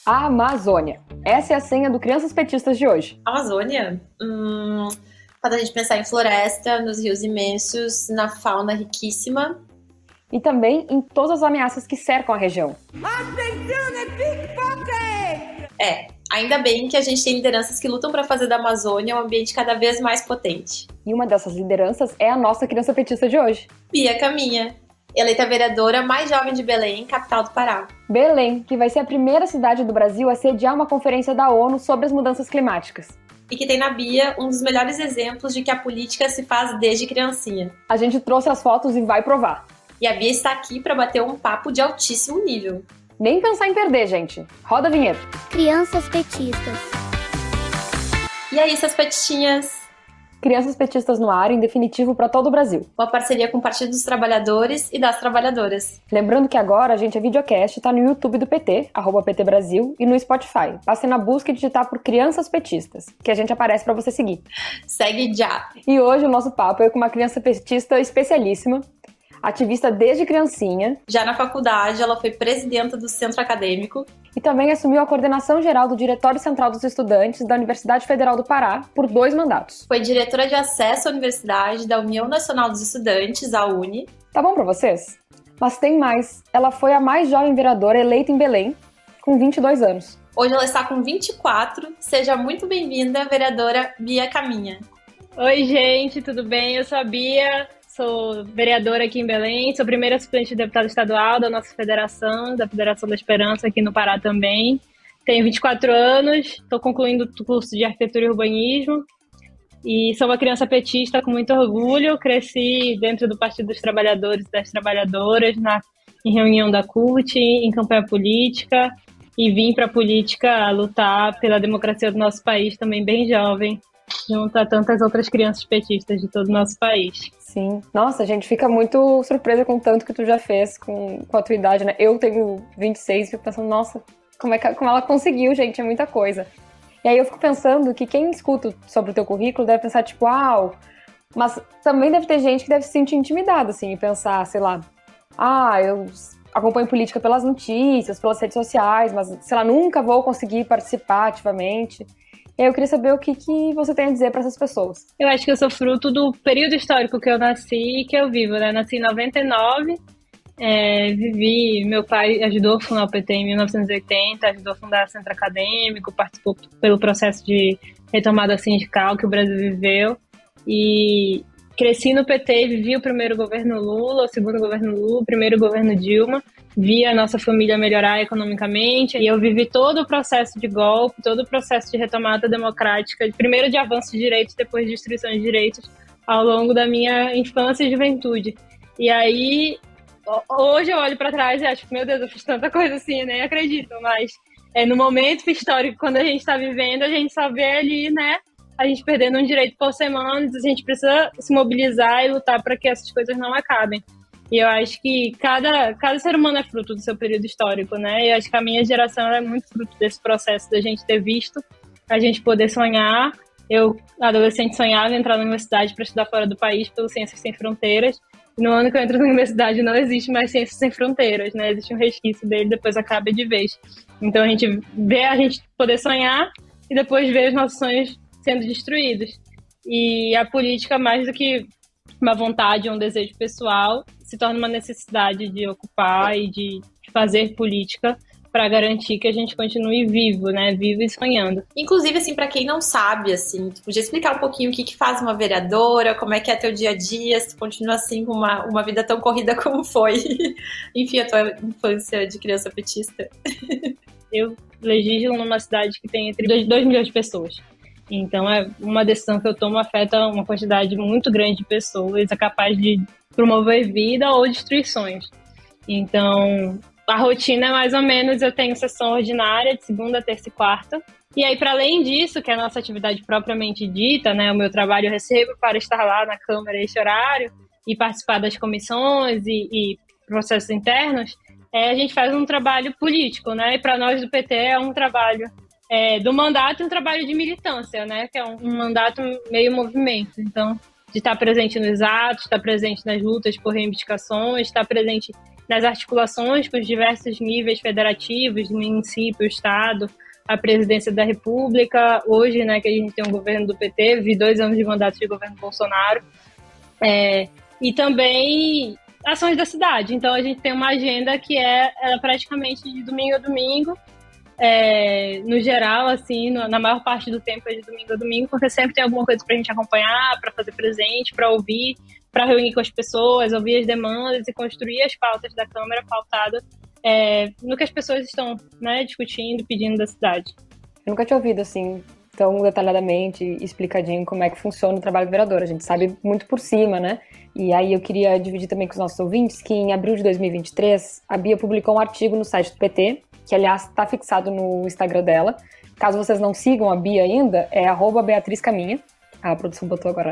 A Amazônia. Essa é a senha do Crianças Petistas de hoje. Amazônia? Quando a gente pensar em floresta, nos rios imensos, na fauna riquíssima. E também em todas as ameaças que cercam a região. Ainda bem que a gente tem lideranças que lutam para fazer da Amazônia um ambiente cada vez mais potente. E uma dessas lideranças é a nossa criança petista de hoje. Bia Caminha, eleita vereadora mais jovem de Belém, capital do Pará. Belém, que vai ser a primeira cidade do Brasil a sediar uma conferência da ONU sobre as mudanças climáticas. E que tem na Bia um dos melhores exemplos de que a política se faz desde criancinha. A gente trouxe as fotos e vai provar. E a Bia está aqui para bater um papo de altíssimo nível. Nem pensar em perder, gente. Roda a vinheta. Crianças petistas. E aí, essas petistinhas? Crianças petistas no ar, em definitivo, para todo o Brasil. Uma parceria com o Partido dos Trabalhadores e das Trabalhadoras. Lembrando que agora a gente é videocast, tá no YouTube do PT, @PT Brasil, e no Spotify. Passe na busca e digitar por Crianças Petistas, que a gente aparece para você seguir. Segue já! E hoje o nosso papo é com uma criança petista especialíssima, ativista desde criancinha. Já na faculdade, ela foi presidenta do centro acadêmico. E também assumiu a coordenação geral do Diretório Central dos Estudantes da Universidade Federal do Pará por 2 mandatos. Foi diretora de acesso à universidade da União Nacional dos Estudantes, a UNE. Tá bom pra vocês? Mas tem mais. Ela foi a mais jovem vereadora eleita em Belém, com 22 anos. Hoje ela está com 24. Seja muito bem-vinda, vereadora Bia Caminha. Oi, gente, tudo bem? Eu sou a Bia. Sou vereadora aqui em Belém, sou primeira suplente de deputada estadual da nossa federação, da Federação da Esperança aqui no Pará também. Tenho 24 anos, estou concluindo o curso de arquitetura e urbanismo e sou uma criança petista com muito orgulho. Cresci dentro do Partido dos Trabalhadores e das Trabalhadoras, em reunião da CUT, em campanha política, e vim para a política lutar pela democracia do nosso país também bem jovem, junto a tantas outras crianças petistas de todo o nosso país. Sim. Nossa, a gente fica muito surpresa com o tanto que tu já fez com a tua idade, né? Eu tenho 26 e fico pensando, nossa, como ela conseguiu, gente, é muita coisa. E aí eu fico pensando que quem escuta sobre o teu currículo deve pensar, tipo, uau, mas também deve ter gente que deve se sentir intimidada, assim, e pensar, sei lá, eu acompanho política pelas notícias, pelas redes sociais, mas, sei lá, nunca vou conseguir participar ativamente. E aí eu queria saber o que você tem a dizer para essas pessoas. Eu acho que eu sou fruto do período histórico que eu nasci e que eu vivo, né? Nasci em 99, meu pai ajudou a fundar o PT em 1980, ajudou a fundar o centro acadêmico, participou pelo processo de retomada sindical que o Brasil viveu e cresci no PT, vivi o primeiro governo Lula, o segundo governo Lula, o primeiro governo Dilma, vi a nossa família melhorar economicamente e eu vivi todo o processo de golpe, todo o processo de retomada democrática, primeiro de avanço de direitos, depois de destruição de direitos, ao longo da minha infância e juventude. E aí, hoje eu olho para trás e acho, meu Deus, eu fiz tanta coisa assim, nem acredito, mas no momento histórico, quando a gente está vivendo, a gente só vê ali, né, a gente perdendo um direito por semana, a gente precisa se mobilizar e lutar para que essas coisas não acabem. E eu acho que cada ser humano é fruto do seu período histórico, né? E eu acho que a minha geração é muito fruto desse processo da gente ter visto, a gente poder sonhar. Eu, adolescente, sonhava em entrar na universidade para estudar fora do país pelo Ciências Sem Fronteiras. E no ano que eu entro na universidade não existe mais Ciências Sem Fronteiras, né? Existe um resquício dele, depois acaba de vez. Então a gente vê a gente poder sonhar e depois vê os nossos sonhos sendo destruídos. E a política, mais do que uma vontade ou um desejo pessoal, se torna uma necessidade de ocupar e de fazer política para garantir que a gente continue vivo, né? Vivo e sonhando. Inclusive, assim, para quem não sabe, assim, tu podia explicar um pouquinho o que faz uma vereadora, como é que é teu dia a dia, se tu continua assim com uma vida tão corrida como foi. Enfim, a tua infância de criança petista. Eu legislo numa cidade que tem entre 2 milhões de pessoas. Então, uma decisão que eu tomo afeta uma quantidade muito grande de pessoas, é capaz de promover vida ou destruições. Então, a rotina é mais ou menos, eu tenho sessão ordinária de segunda, terça e quarta. E aí, para além disso, que é a nossa atividade propriamente dita, né, o meu trabalho eu recebo para estar lá na Câmara este horário e participar das comissões e processos internos, a gente faz um trabalho político, né? E para nós do PT é um trabalho do mandato e um trabalho de militância, né? Que é um mandato meio movimento. Então, de estar presente nos atos, estar presente nas lutas por reivindicações, estar presente nas articulações com os diversos níveis federativos, município, estado, a presidência da República. Hoje, né, que a gente tem um governo do PT, vi 2 anos de mandato de governo Bolsonaro, e também ações da cidade. Então, a gente tem uma agenda que é praticamente de domingo a domingo, no geral, assim, na maior parte do tempo é de domingo a domingo, porque sempre tem alguma coisa pra gente acompanhar, pra fazer presente, pra ouvir, pra reunir com as pessoas, ouvir as demandas e construir as pautas da Câmara pautado no que as pessoas estão, né, discutindo, pedindo da cidade. Eu nunca tinha ouvido, assim, tão detalhadamente, explicadinho como é que funciona o trabalho do vereador. A gente sabe muito por cima, né? E aí eu queria dividir também com os nossos ouvintes que em abril de 2023, a Bia publicou um artigo no site do PT, que aliás está fixado no Instagram dela. Caso vocês não sigam a Bia ainda, é @BeatrizCaminha. A produção botou agora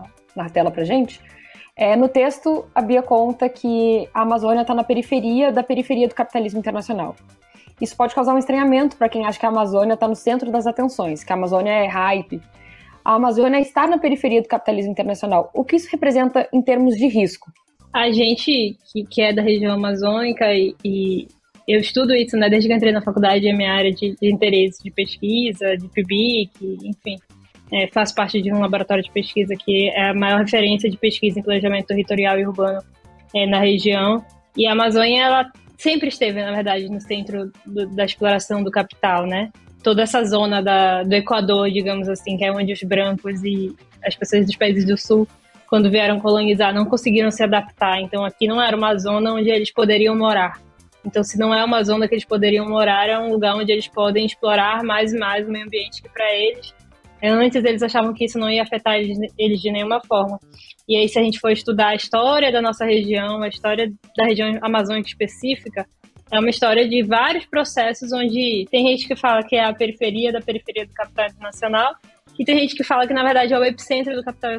na tela pra gente. No texto, a Bia conta que a Amazônia está na periferia da periferia do capitalismo internacional. Isso pode causar um estranhamento para quem acha que a Amazônia está no centro das atenções, que a Amazônia é hype. A Amazônia está na periferia do capitalismo internacional. O que isso representa em termos de risco? A gente que é da região amazônica e eu estudo isso, né, desde que entrei na faculdade, é minha área de interesse de pesquisa, de PIBIC, enfim. Faço parte de um laboratório de pesquisa que é a maior referência de pesquisa em planejamento territorial e urbano na região. E a Amazônia, ela sempre esteve, na verdade, no centro da exploração do capital, né? Toda essa zona do Equador, digamos assim, que é onde os brancos e as pessoas dos países do sul, quando vieram colonizar, não conseguiram se adaptar. Então, aqui não era uma zona onde eles poderiam morar. Então, se não é uma zona que eles poderiam morar, é um lugar onde eles podem explorar mais e mais o meio ambiente que, para eles, antes eles achavam que isso não ia afetar eles de nenhuma forma. E aí, se a gente for estudar a história da nossa região, a história da região amazônica específica, é uma história de vários processos onde tem gente que fala que é a periferia da periferia do capital internacional e tem gente que fala que, na verdade, é o epicentro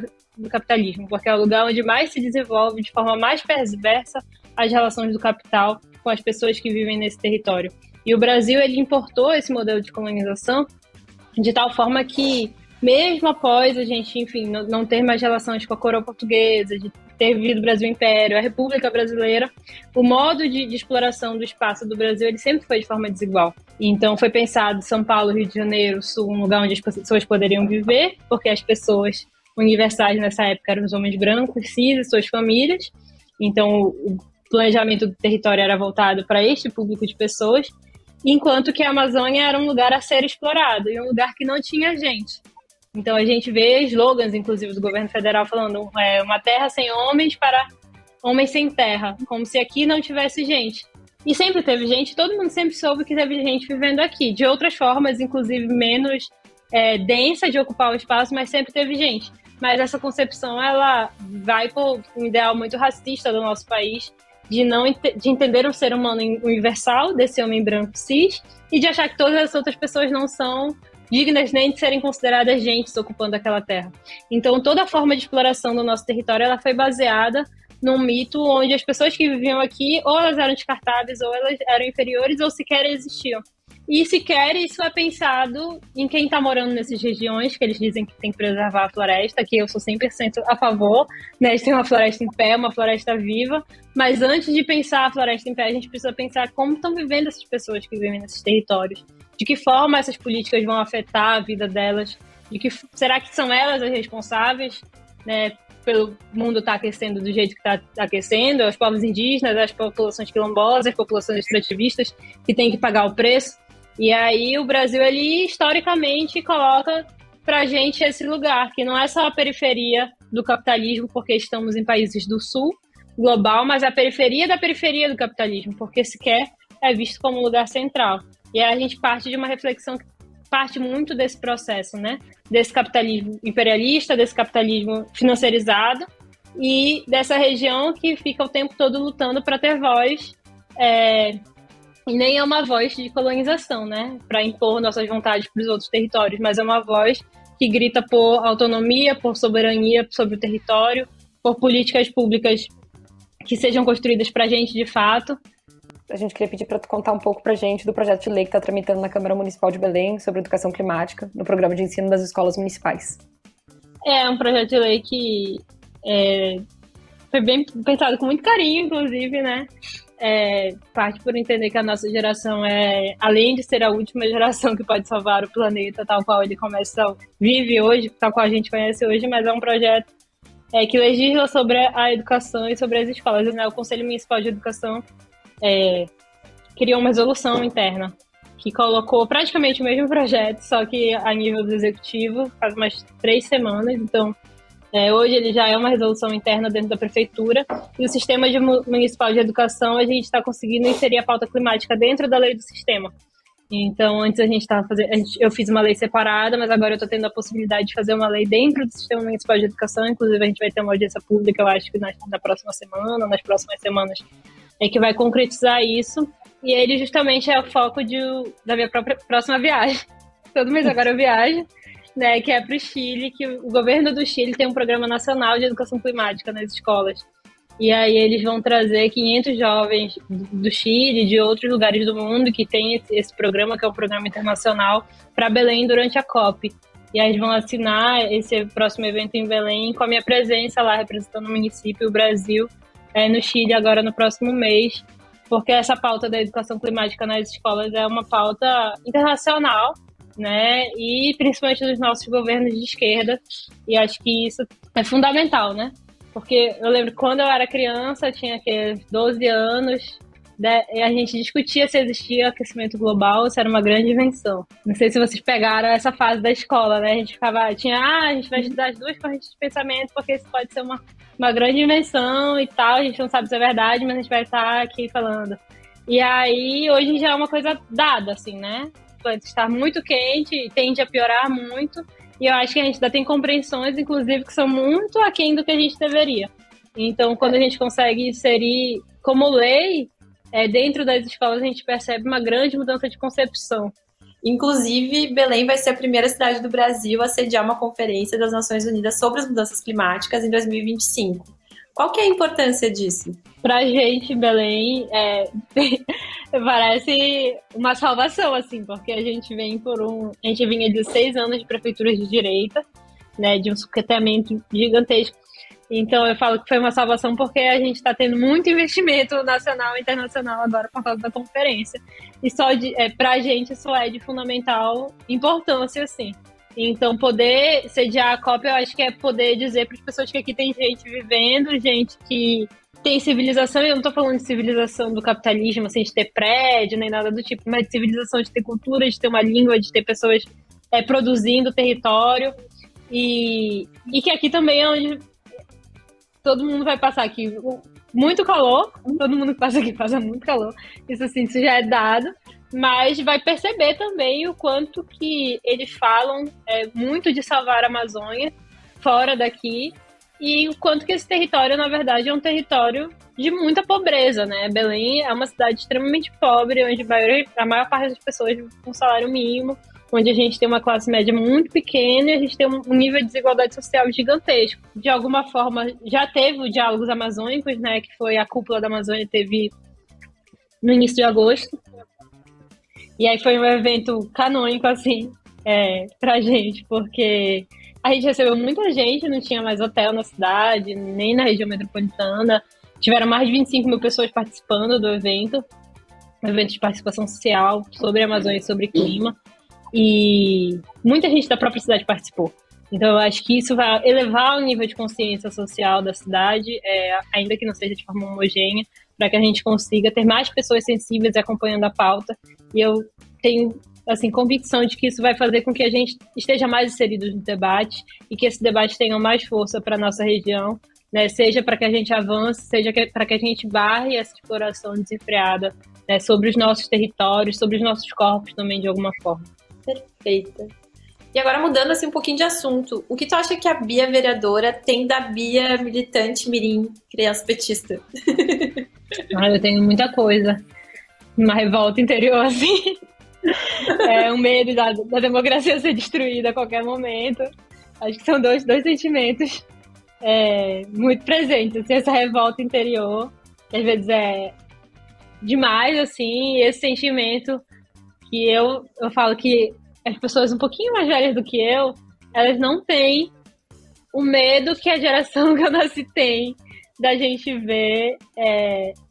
do capitalismo, porque é o lugar onde mais se desenvolve de forma mais perversa as relações do capital com as pessoas que vivem nesse território. E o Brasil, ele importou esse modelo de colonização de tal forma que, mesmo após a gente, enfim, não ter mais relações com a coroa portuguesa, de ter vivido o Brasil Império, a República Brasileira, o modo de exploração do espaço do Brasil, ele sempre foi de forma desigual. Então, foi pensado São Paulo, Rio de Janeiro, Sul, um lugar onde as pessoas poderiam viver, porque as pessoas universais nessa época eram os homens brancos, cis e suas famílias. Então, o planejamento do território era voltado para este público de pessoas, enquanto que a Amazônia era um lugar a ser explorado e um lugar que não tinha gente. Então a gente vê slogans, inclusive, do governo federal falando uma terra sem homens para homens sem terra, como se aqui não tivesse gente. E sempre teve gente, todo mundo sempre soube que teve gente vivendo aqui, de outras formas, inclusive menos densa de ocupar o espaço, mas sempre teve gente. Mas essa concepção, ela vai por um ideal muito racista do nosso país, de entender o ser humano universal, desse homem branco cis, e de achar que todas as outras pessoas não são dignas nem de serem consideradas gentes ocupando aquela terra. Então, toda a forma de exploração do nosso território, ela foi baseada num mito onde as pessoas que viviam aqui, ou elas eram descartáveis, ou elas eram inferiores, ou sequer existiam. E sequer isso é pensado em quem está morando nessas regiões, que eles dizem que tem que preservar a floresta, que eu sou 100% a favor, né, de ter uma floresta em pé, uma floresta viva, mas antes de pensar a floresta em pé, a gente precisa pensar como estão vivendo essas pessoas que vivem nesses territórios, de que forma essas políticas vão afetar a vida delas, será que são elas as responsáveis, né, pelo mundo estar aquecendo do jeito que está aquecendo, os povos indígenas, as populações quilombolas, as populações extrativistas que têm que pagar o preço. E aí o Brasil, ele historicamente coloca pra gente esse lugar, que não é só a periferia do capitalismo, porque estamos em países do sul global, mas a periferia da periferia do capitalismo, porque sequer é visto como um lugar central. E aí a gente parte de uma reflexão que parte muito desse processo, né? Desse capitalismo imperialista, desse capitalismo financiarizado e dessa região que fica o tempo todo lutando para ter voz, e nem é uma voz de colonização, né? Para impor nossas vontades para os outros territórios, mas é uma voz que grita por autonomia, por soberania sobre o território, por políticas públicas que sejam construídas para a gente de fato. A gente queria pedir para tu contar um pouco para a gente do projeto de lei que está tramitando na Câmara Municipal de Belém sobre educação climática no programa de ensino das escolas municipais. É um projeto de lei que foi bem pensado com muito carinho, inclusive, né? parte por entender que a nossa geração além de ser a última geração que pode salvar o planeta, tal qual ele vive hoje, tal qual a gente conhece hoje, mas é um projeto que legisla sobre a educação e sobre as escolas, né? O Conselho Municipal de Educação criou uma resolução interna que colocou praticamente o mesmo projeto, só que a nível do executivo, faz umas 3 semanas. Então, hoje ele já é uma resolução interna dentro da prefeitura. E o Sistema Municipal de Educação, a gente está conseguindo inserir a pauta climática dentro da lei do sistema. Então, antes a gente estava fazendo... Eu fiz uma lei separada, mas agora eu estou tendo a possibilidade de fazer uma lei dentro do Sistema Municipal de Educação. Inclusive, a gente vai ter uma audiência pública, eu acho que na próxima semana, nas próximas semanas, que vai concretizar isso. E ele justamente é o foco da minha próxima viagem. Todo mês agora eu viajo, né, que é para o Chile, que o governo do Chile tem um programa nacional de educação climática nas escolas. E aí eles vão trazer 500 jovens do Chile, de outros lugares do mundo que tem esse programa, que é um programa internacional, para Belém durante a COP. E aí eles vão assinar esse próximo evento em Belém com a minha presença lá, representando o município e o Brasil no Chile agora no próximo mês, porque essa pauta da educação climática nas escolas é uma pauta internacional, né, e principalmente dos nossos governos de esquerda, e acho que isso é fundamental, né, porque eu lembro que quando eu era criança, eu tinha 12 anos, né, e a gente discutia se existia aquecimento global, se era uma grande invenção. Não sei se vocês pegaram essa fase da escola, né, a gente vai estudar as duas correntes de pensamento, porque isso pode ser uma grande invenção e tal, a gente não sabe se é verdade, mas a gente vai estar aqui falando. E aí, hoje já é uma coisa dada, assim, né? Pode estar muito quente e tende a piorar muito, e eu acho que a gente ainda tem compreensões, inclusive, que são muito aquém do que a gente deveria. Então, quando a gente consegue inserir como lei, dentro das escolas, a gente percebe uma grande mudança de concepção. Inclusive, Belém vai ser a primeira cidade do Brasil a sediar uma conferência das Nações Unidas sobre as mudanças climáticas em 2025. Qual que é a importância disso? Pra gente, Belém, parece uma salvação, assim, porque a gente vinha de 6 anos de prefeituras de direita, né, de um sucateamento gigantesco. Então, eu falo que foi uma salvação porque a gente está tendo muito investimento nacional e internacional agora por causa da conferência. E para a gente isso é de fundamental importância, assim. Então, poder sediar a COP, eu acho que é poder dizer para as pessoas que aqui tem gente vivendo, gente que tem civilização, e eu não estou falando de civilização do capitalismo, assim, de ter prédio, nem nada do tipo, mas de civilização, de ter cultura, de ter uma língua, de ter pessoas produzindo território, e que aqui também é onde todo mundo vai passar aqui muito calor, todo mundo que passa aqui passa muito calor, isso já é dado, mas vai perceber também o quanto que eles falam muito de salvar a Amazônia fora daqui, e o quanto que esse território, na verdade, é um território de muita pobreza, né? Belém é uma cidade extremamente pobre, onde a maior parte das pessoas vive com salário mínimo, onde a gente tem uma classe média muito pequena e a gente tem um nível de desigualdade social gigantesco. De alguma forma, já teve o Diálogos Amazônicos, né, que foi a cúpula da Amazônia, teve no início de agosto. E aí foi um evento canônico, assim, pra gente, porque a gente recebeu muita gente, não tinha mais hotel na cidade, nem na região metropolitana. Tiveram mais de 25 mil pessoas participando do evento, um evento de participação social sobre a Amazônia e sobre clima. E muita gente da própria cidade participou. Então eu acho que isso vai elevar o nível de consciência social da cidade, ainda que não seja de forma homogênea, para que a gente consiga ter mais pessoas sensíveis acompanhando a pauta. E eu tenho convicção de que isso vai fazer com que a gente esteja mais inserido no debate e que esse debate tenha mais força para a nossa região, né? Seja para que a gente avance, seja para que a gente barre essa exploração desenfreada, né, sobre os nossos territórios, sobre os nossos corpos também, de alguma forma. Perfeita. E agora mudando um pouquinho de assunto, o que tu acha que a Bia vereadora tem da Bia militante mirim, criança petista? Eu tenho muita coisa. Uma revolta interior, assim. Um medo da democracia ser destruída a qualquer momento. Acho que são dois sentimentos muito presentes, assim, essa revolta interior, que às vezes é demais, assim, e esse sentimento que eu falo que as pessoas um pouquinho mais velhas do que eu, elas não têm o medo que a geração que eu nasci tem, da gente ver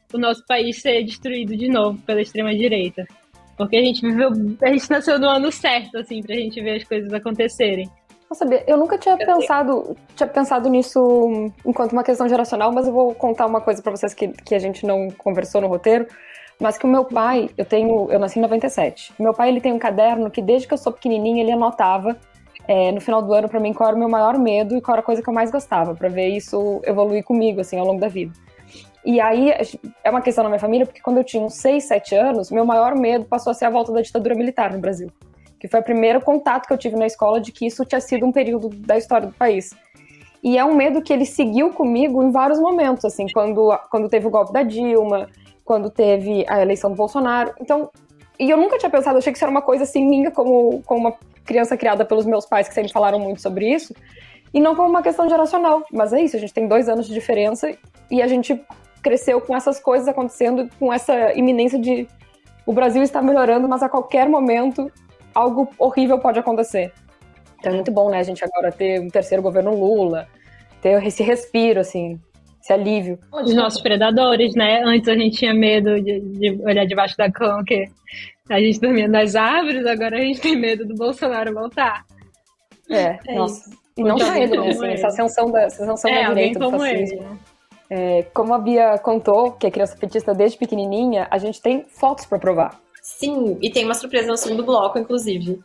o nosso país ser destruído de novo pela extrema-direita. Porque a gente nasceu no ano certo, assim, pra gente ver as coisas acontecerem. Nossa, eu nunca tinha pensado nisso enquanto uma questão geracional, mas eu vou contar uma coisa pra vocês que a gente não conversou no roteiro, mas que o meu pai, eu nasci em 97, meu pai ele tem um caderno que desde que eu sou pequenininha ele anotava no final do ano pra mim qual era o meu maior medo e qual era a coisa que eu mais gostava, pra ver isso evoluir comigo, assim, ao longo da vida. E aí, é uma questão na minha família, porque quando eu tinha uns 6, 7 anos, meu maior medo passou a ser a volta da ditadura militar no Brasil. Que foi o primeiro contato que eu tive na escola de que isso tinha sido um período da história do país. E é um medo que ele seguiu comigo em vários momentos, assim, quando teve o golpe da Dilma, quando teve a eleição do Bolsonaro. Então, e eu nunca tinha pensado, eu achei que isso era uma coisa assim minha, como uma criança criada pelos meus pais, que sempre falaram muito sobre isso, e não como uma questão geracional. Mas é isso, a gente tem 2 anos de diferença e a gente cresceu com essas coisas acontecendo, com essa iminência de o Brasil está melhorando, mas a qualquer momento algo horrível pode acontecer. Então é muito bom, né, a gente agora ter um terceiro governo Lula, ter esse respiro, assim, esse alívio. Os nossos predadores, né? Antes a gente tinha medo de olhar debaixo da cama, que a gente dormia nas árvores, agora a gente tem medo do Bolsonaro voltar. Nossa. Isso. E não só ele, né? Assim, essa ascensão da direita, do fascismo. Ele, né? Como a Bia contou, que é criança petista desde pequenininha, a gente tem fotos pra provar. Sim, e tem uma surpresa no segundo bloco, inclusive.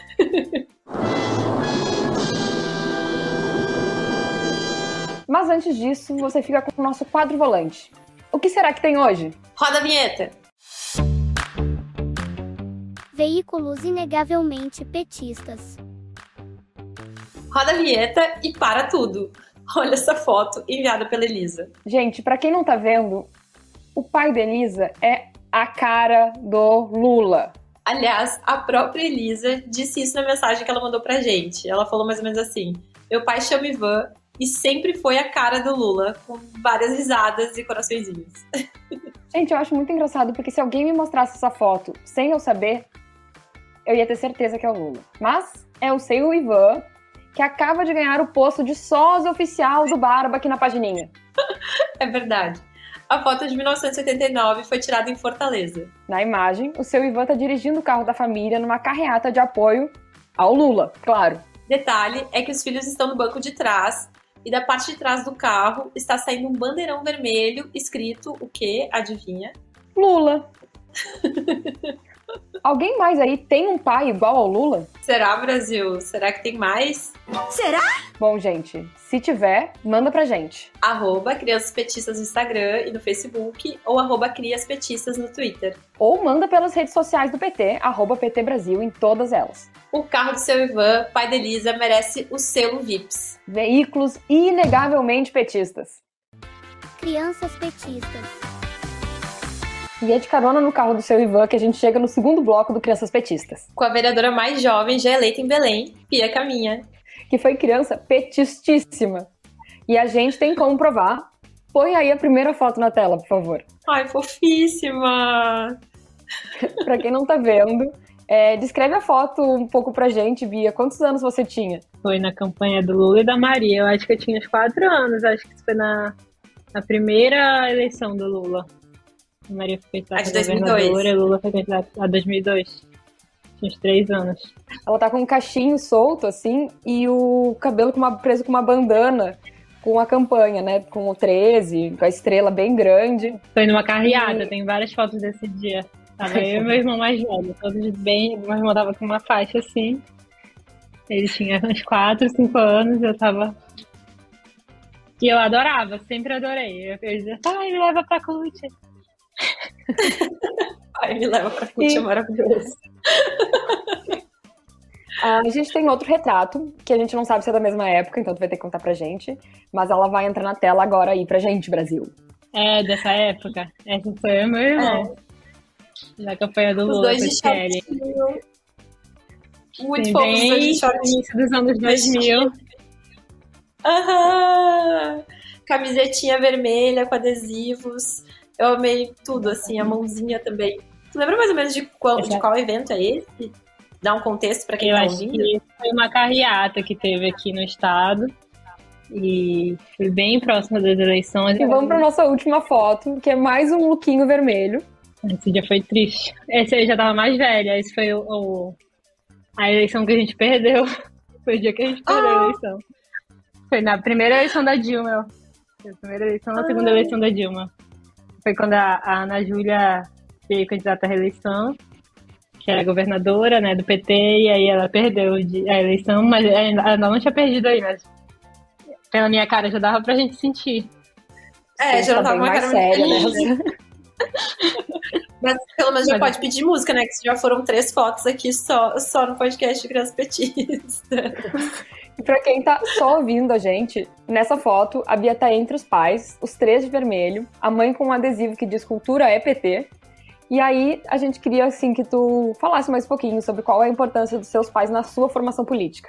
Mas antes disso, você fica com o nosso quadro volante. O que será que tem hoje? Roda a vinheta! Veículos inegavelmente petistas. Roda a vinheta e para tudo. Olha essa foto enviada pela Elisa. Gente, pra quem não tá vendo, o pai da Elisa é a cara do Lula. Aliás, a própria Elisa disse isso na mensagem que ela mandou pra gente. Ela falou mais ou menos assim: meu pai chama Ivan e sempre foi a cara do Lula, com várias risadas e coraçõezinhos. Gente, eu acho muito engraçado, porque se alguém me mostrasse essa foto sem eu saber, eu ia ter certeza que é o Lula. Mas eu sei o Ivan, que acaba de ganhar o posto de sósia oficial do Barba aqui na pagininha. É verdade. A foto de 1989 foi tirada em Fortaleza. Na imagem, o seu Ivan tá dirigindo o carro da família numa carreata de apoio ao Lula, claro. Detalhe é que os filhos estão no banco de trás e da parte de trás do carro está saindo um bandeirão vermelho escrito o quê? Adivinha? Lula. Alguém mais aí tem um pai igual ao Lula? Será, Brasil? Será que tem mais? Será? Bom, gente, se tiver, manda pra gente. @Crianças Petistas no Instagram e no Facebook ou @Crias Petistas no Twitter. Ou manda pelas redes sociais do PT, @PT Brasil em todas elas. O carro do seu Ivan, pai da Elisa, merece o selo VIPs. Veículos inegavelmente petistas. Crianças petistas. E é de carona no carro do seu Ivan que a gente chega no segundo bloco do Crianças Petistas. Com a vereadora mais jovem já eleita em Belém, Pia Caminha. Que foi criança petistíssima. E a gente tem como provar. Põe aí a primeira foto na tela, por favor. Ai, fofíssima! Pra quem não tá vendo, descreve a foto um pouco pra gente, Bia. Quantos anos você tinha? Foi na campanha do Lula e da Maria. Eu acho que eu tinha uns 4 anos. Acho que isso foi na primeira eleição do Lula. A Maria foi candidata a governadora e Lula foi candidato a 2002. Tinha uns 3 anos. Ela tá com um cachinho solto, assim, e o cabelo preso com uma bandana, com a campanha, né? Com o 13, com a estrela bem grande. Foi numa carreata, tem várias fotos desse dia. Tava eu e meu irmão mais velho, todos bem. Meu irmão tava com uma faixa assim. Ele tinha uns 4, 5 anos, eu tava... E eu adorava, sempre adorei. Eu dizia, pai, me leva pra CUT. Pai, me leva pra CUT, é maravilhoso. A gente tem outro retrato, que a gente não sabe se é da mesma época, então tu vai ter que contar pra gente. Mas ela vai entrar na tela agora aí pra gente, Brasil. É, dessa época. Essa sou eu e meu irmão. Da campanha do Lula, os dois de shortinho. Muito fofos, os dois de shortinho. Início dos anos 2000. Aham! Camisetinha vermelha com adesivos. Eu amei tudo, assim, a mãozinha também. Tu lembra mais ou menos de qual evento é esse? Dá um contexto pra quem tá ouvindo? Eu acho que foi uma carreata que teve aqui no estado. E fui bem próxima das eleições. E vamos para nossa última foto, que é mais um lookinho vermelho. Esse dia foi triste. Esse aí já tava mais velha. Esse foi a eleição que a gente perdeu. Foi o dia que a gente perdeu a eleição. Foi na primeira eleição da Dilma. Foi a primeira eleição, na segunda eleição da Dilma. Foi quando a Ana Júlia veio candidata à reeleição, que era governadora, né, do PT, e aí ela perdeu a eleição, mas ela não tinha perdido aí, mas pela minha cara já dava pra gente sentir. Já não tava com uma cara séria, muito feliz. né? Mas pelo menos já pode pedir música, né? Que já foram 3 fotos aqui só no podcast de Criança Petista. E pra quem tá só ouvindo a gente, nessa foto, a Bia tá entre os pais, os 3 de vermelho, a mãe com um adesivo que diz cultura é PT. E aí, a gente queria, assim, que tu falasse mais um pouquinho sobre qual é a importância dos seus pais na sua formação política.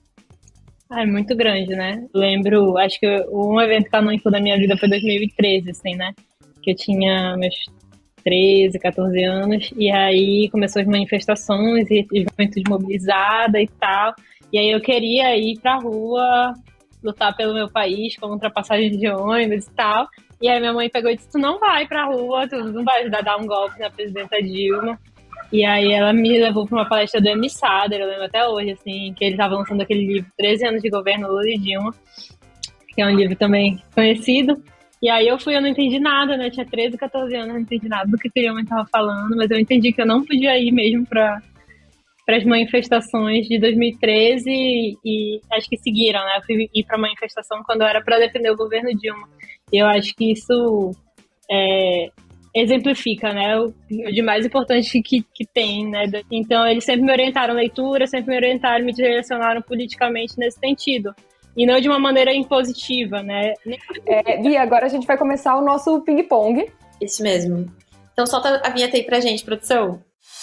É muito grande, né? Lembro, acho que um evento canônico da minha vida foi 2013, assim, né? Que eu tinha meus 13, 14 anos, e aí começou as manifestações e juventude mobilizada e tal. E aí eu queria ir pra rua, lutar pelo meu país, com ultrapassagem de ônibus e tal. E aí minha mãe pegou e disse, tu não vai pra rua, tu não vai ajudar a dar um golpe na presidenta Dilma. E aí ela me levou pra uma palestra do M. Sader, eu lembro até hoje, assim, que ele tava lançando aquele livro 13 anos de governo Lula e Dilma, que é um livro também conhecido. E aí eu não entendi nada, né? Eu tinha 13, 14 anos, não entendi nada do que a mãe tava falando, mas eu entendi que eu não podia ir mesmo para as manifestações de 2013 e acho que seguiram, né? Eu fui ir para manifestação quando era para defender o governo Dilma. E eu acho que isso exemplifica, né? O de mais importante que tem, né? Então eles sempre me orientaram leitura, sempre me orientaram, me direcionaram politicamente nesse sentido. E não de uma maneira impositiva, né? Bia, agora a gente vai começar o nosso ping-pong. Isso mesmo. Então solta a vinheta aí pra gente, produção.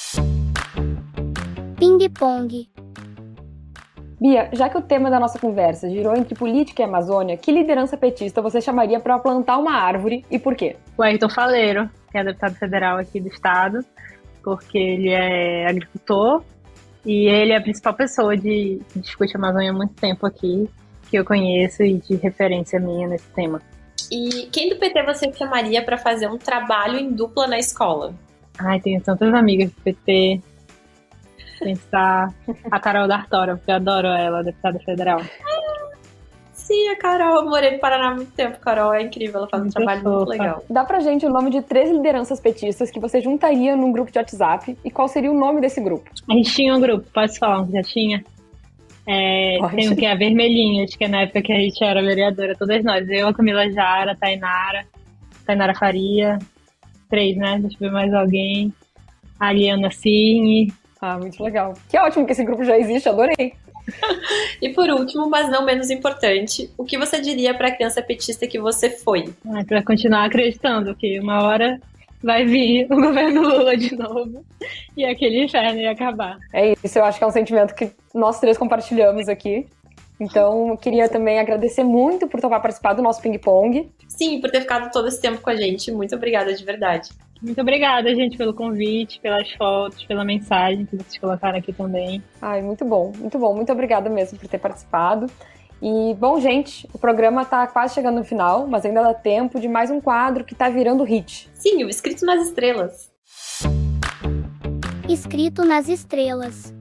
Ping-pong. Bia, já que o tema da nossa conversa girou entre política e Amazônia, que liderança petista você chamaria para plantar uma árvore e por quê? O Ayrton Faleiro, que é deputado federal aqui do estado, porque ele é agricultor e ele é a principal pessoa que discute a Amazônia há muito tempo aqui, que eu conheço e de referência minha nesse tema. E quem do PT você chamaria para fazer um trabalho em dupla na escola? Ai, tenho tantas amigas do PT. Pensar a Carol D'Artora, porque eu adoro ela, deputada federal. Sim, a Carol, eu morei no Paraná há muito tempo. Carol é incrível, ela faz um trabalho muito legal. Dá pra gente o nome de 3 lideranças petistas que você juntaria num grupo de WhatsApp e qual seria o nome desse grupo? A gente tinha um grupo, posso falar um que já tinha? Tem um que é a Vermelhinha, acho que é na época que a gente era vereadora, todas nós. Eu, a Camila Jara, Tainara Faria, 3, né? Deixa eu ver mais alguém. A Ariana Cine. Ah, muito legal. Que ótimo que esse grupo já existe, adorei. E por último, mas não menos importante, o que você diria para a criança petista que você foi? Para continuar acreditando que uma hora vai vir o governo Lula de novo e aquele inferno ia acabar. É isso, eu acho que é um sentimento que nós 3 compartilhamos aqui. Então, eu queria também agradecer muito por topar participar do nosso ping-pong. Sim, por ter ficado todo esse tempo com a gente. Muito obrigada, de verdade. Muito obrigada, gente, pelo convite, pelas fotos, pela mensagem que vocês colocaram aqui também. Ai, muito bom, muito bom. Muito obrigada mesmo por ter participado. E, bom, gente, o programa tá quase chegando no final, mas ainda dá tempo de mais um quadro que tá virando hit. Sim, o Escrito nas Estrelas. Escrito nas Estrelas.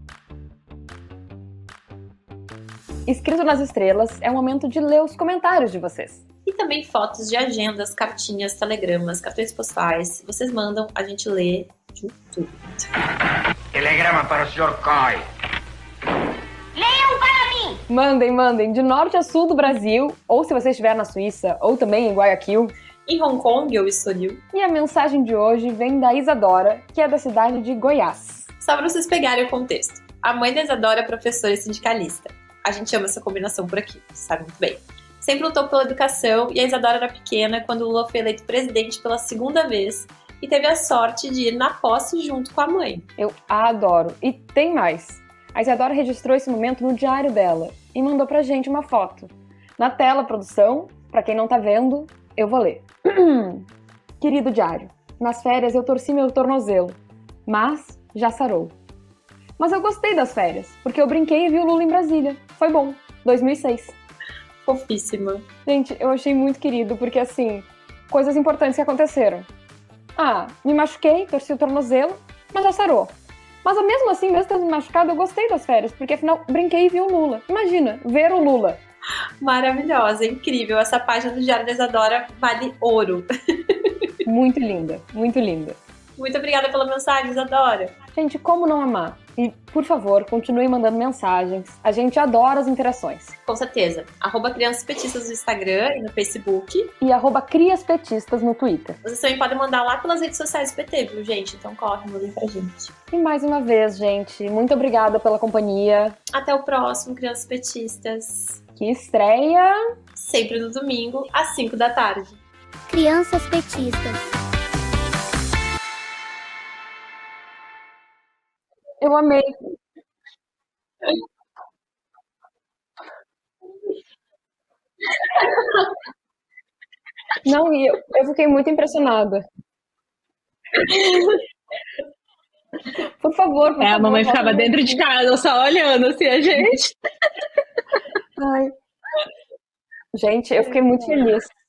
Escrito nas Estrelas é o momento de ler os comentários de vocês. E também fotos de agendas, cartinhas, telegramas, cartões postais. Vocês mandam, a gente lê de tudo. Telegrama para o Sr. Coy. Leiam para mim! Mandem, de norte a sul do Brasil, ou se você estiver na Suíça, ou também em Guayaquil. Em Hong Kong ou Estoril. E a mensagem de hoje vem da Isadora, que é da cidade de Goiás. Só para vocês pegarem o contexto. A mãe da Isadora é professora e sindicalista. A gente ama essa combinação por aqui, sabe muito bem. Sempre lutou pela educação e a Isadora era pequena quando o Lula foi eleito presidente pela 2ª vez e teve a sorte de ir na posse junto com a mãe. Eu adoro. E tem mais. A Isadora registrou esse momento no diário dela e mandou pra gente uma foto. Na tela, produção, pra quem não tá vendo, eu vou ler. Querido diário, nas férias eu torci meu tornozelo, mas já sarou. Mas eu gostei das férias, porque eu brinquei e vi o Lula em Brasília. Foi bom. 2006. Fofíssima. Gente, eu achei muito querido, porque assim, coisas importantes que aconteceram. Ah, me machuquei, torci o tornozelo, mas já sarou. Mas mesmo assim, mesmo tendo me machucado, eu gostei das férias, porque afinal, brinquei e vi o Lula. Imagina, ver o Lula. Maravilhosa, incrível. Essa página do Diário da Isadora vale ouro. Muito linda, muito linda. Muito obrigada pela mensagem, Isadora. Gente, como não amar? E, por favor, continue mandando mensagens. A gente adora as interações. Com certeza. @Crianças Petistas no Instagram e no Facebook. E @CriasPetistas no Twitter. Vocês também podem mandar lá pelas redes sociais do PT, viu, gente? Então corre, mandem pra gente. E mais uma vez, gente, muito obrigada pela companhia. Até o próximo, Crianças Petistas. Que estreia... Sempre no domingo, às 5 da tarde. Crianças Petistas. Eu amei. Não, e eu fiquei muito impressionada. Por favor, por A favor, mamãe ficava volta dentro de casa só olhando assim a gente. Ai. Gente, eu fiquei muito feliz.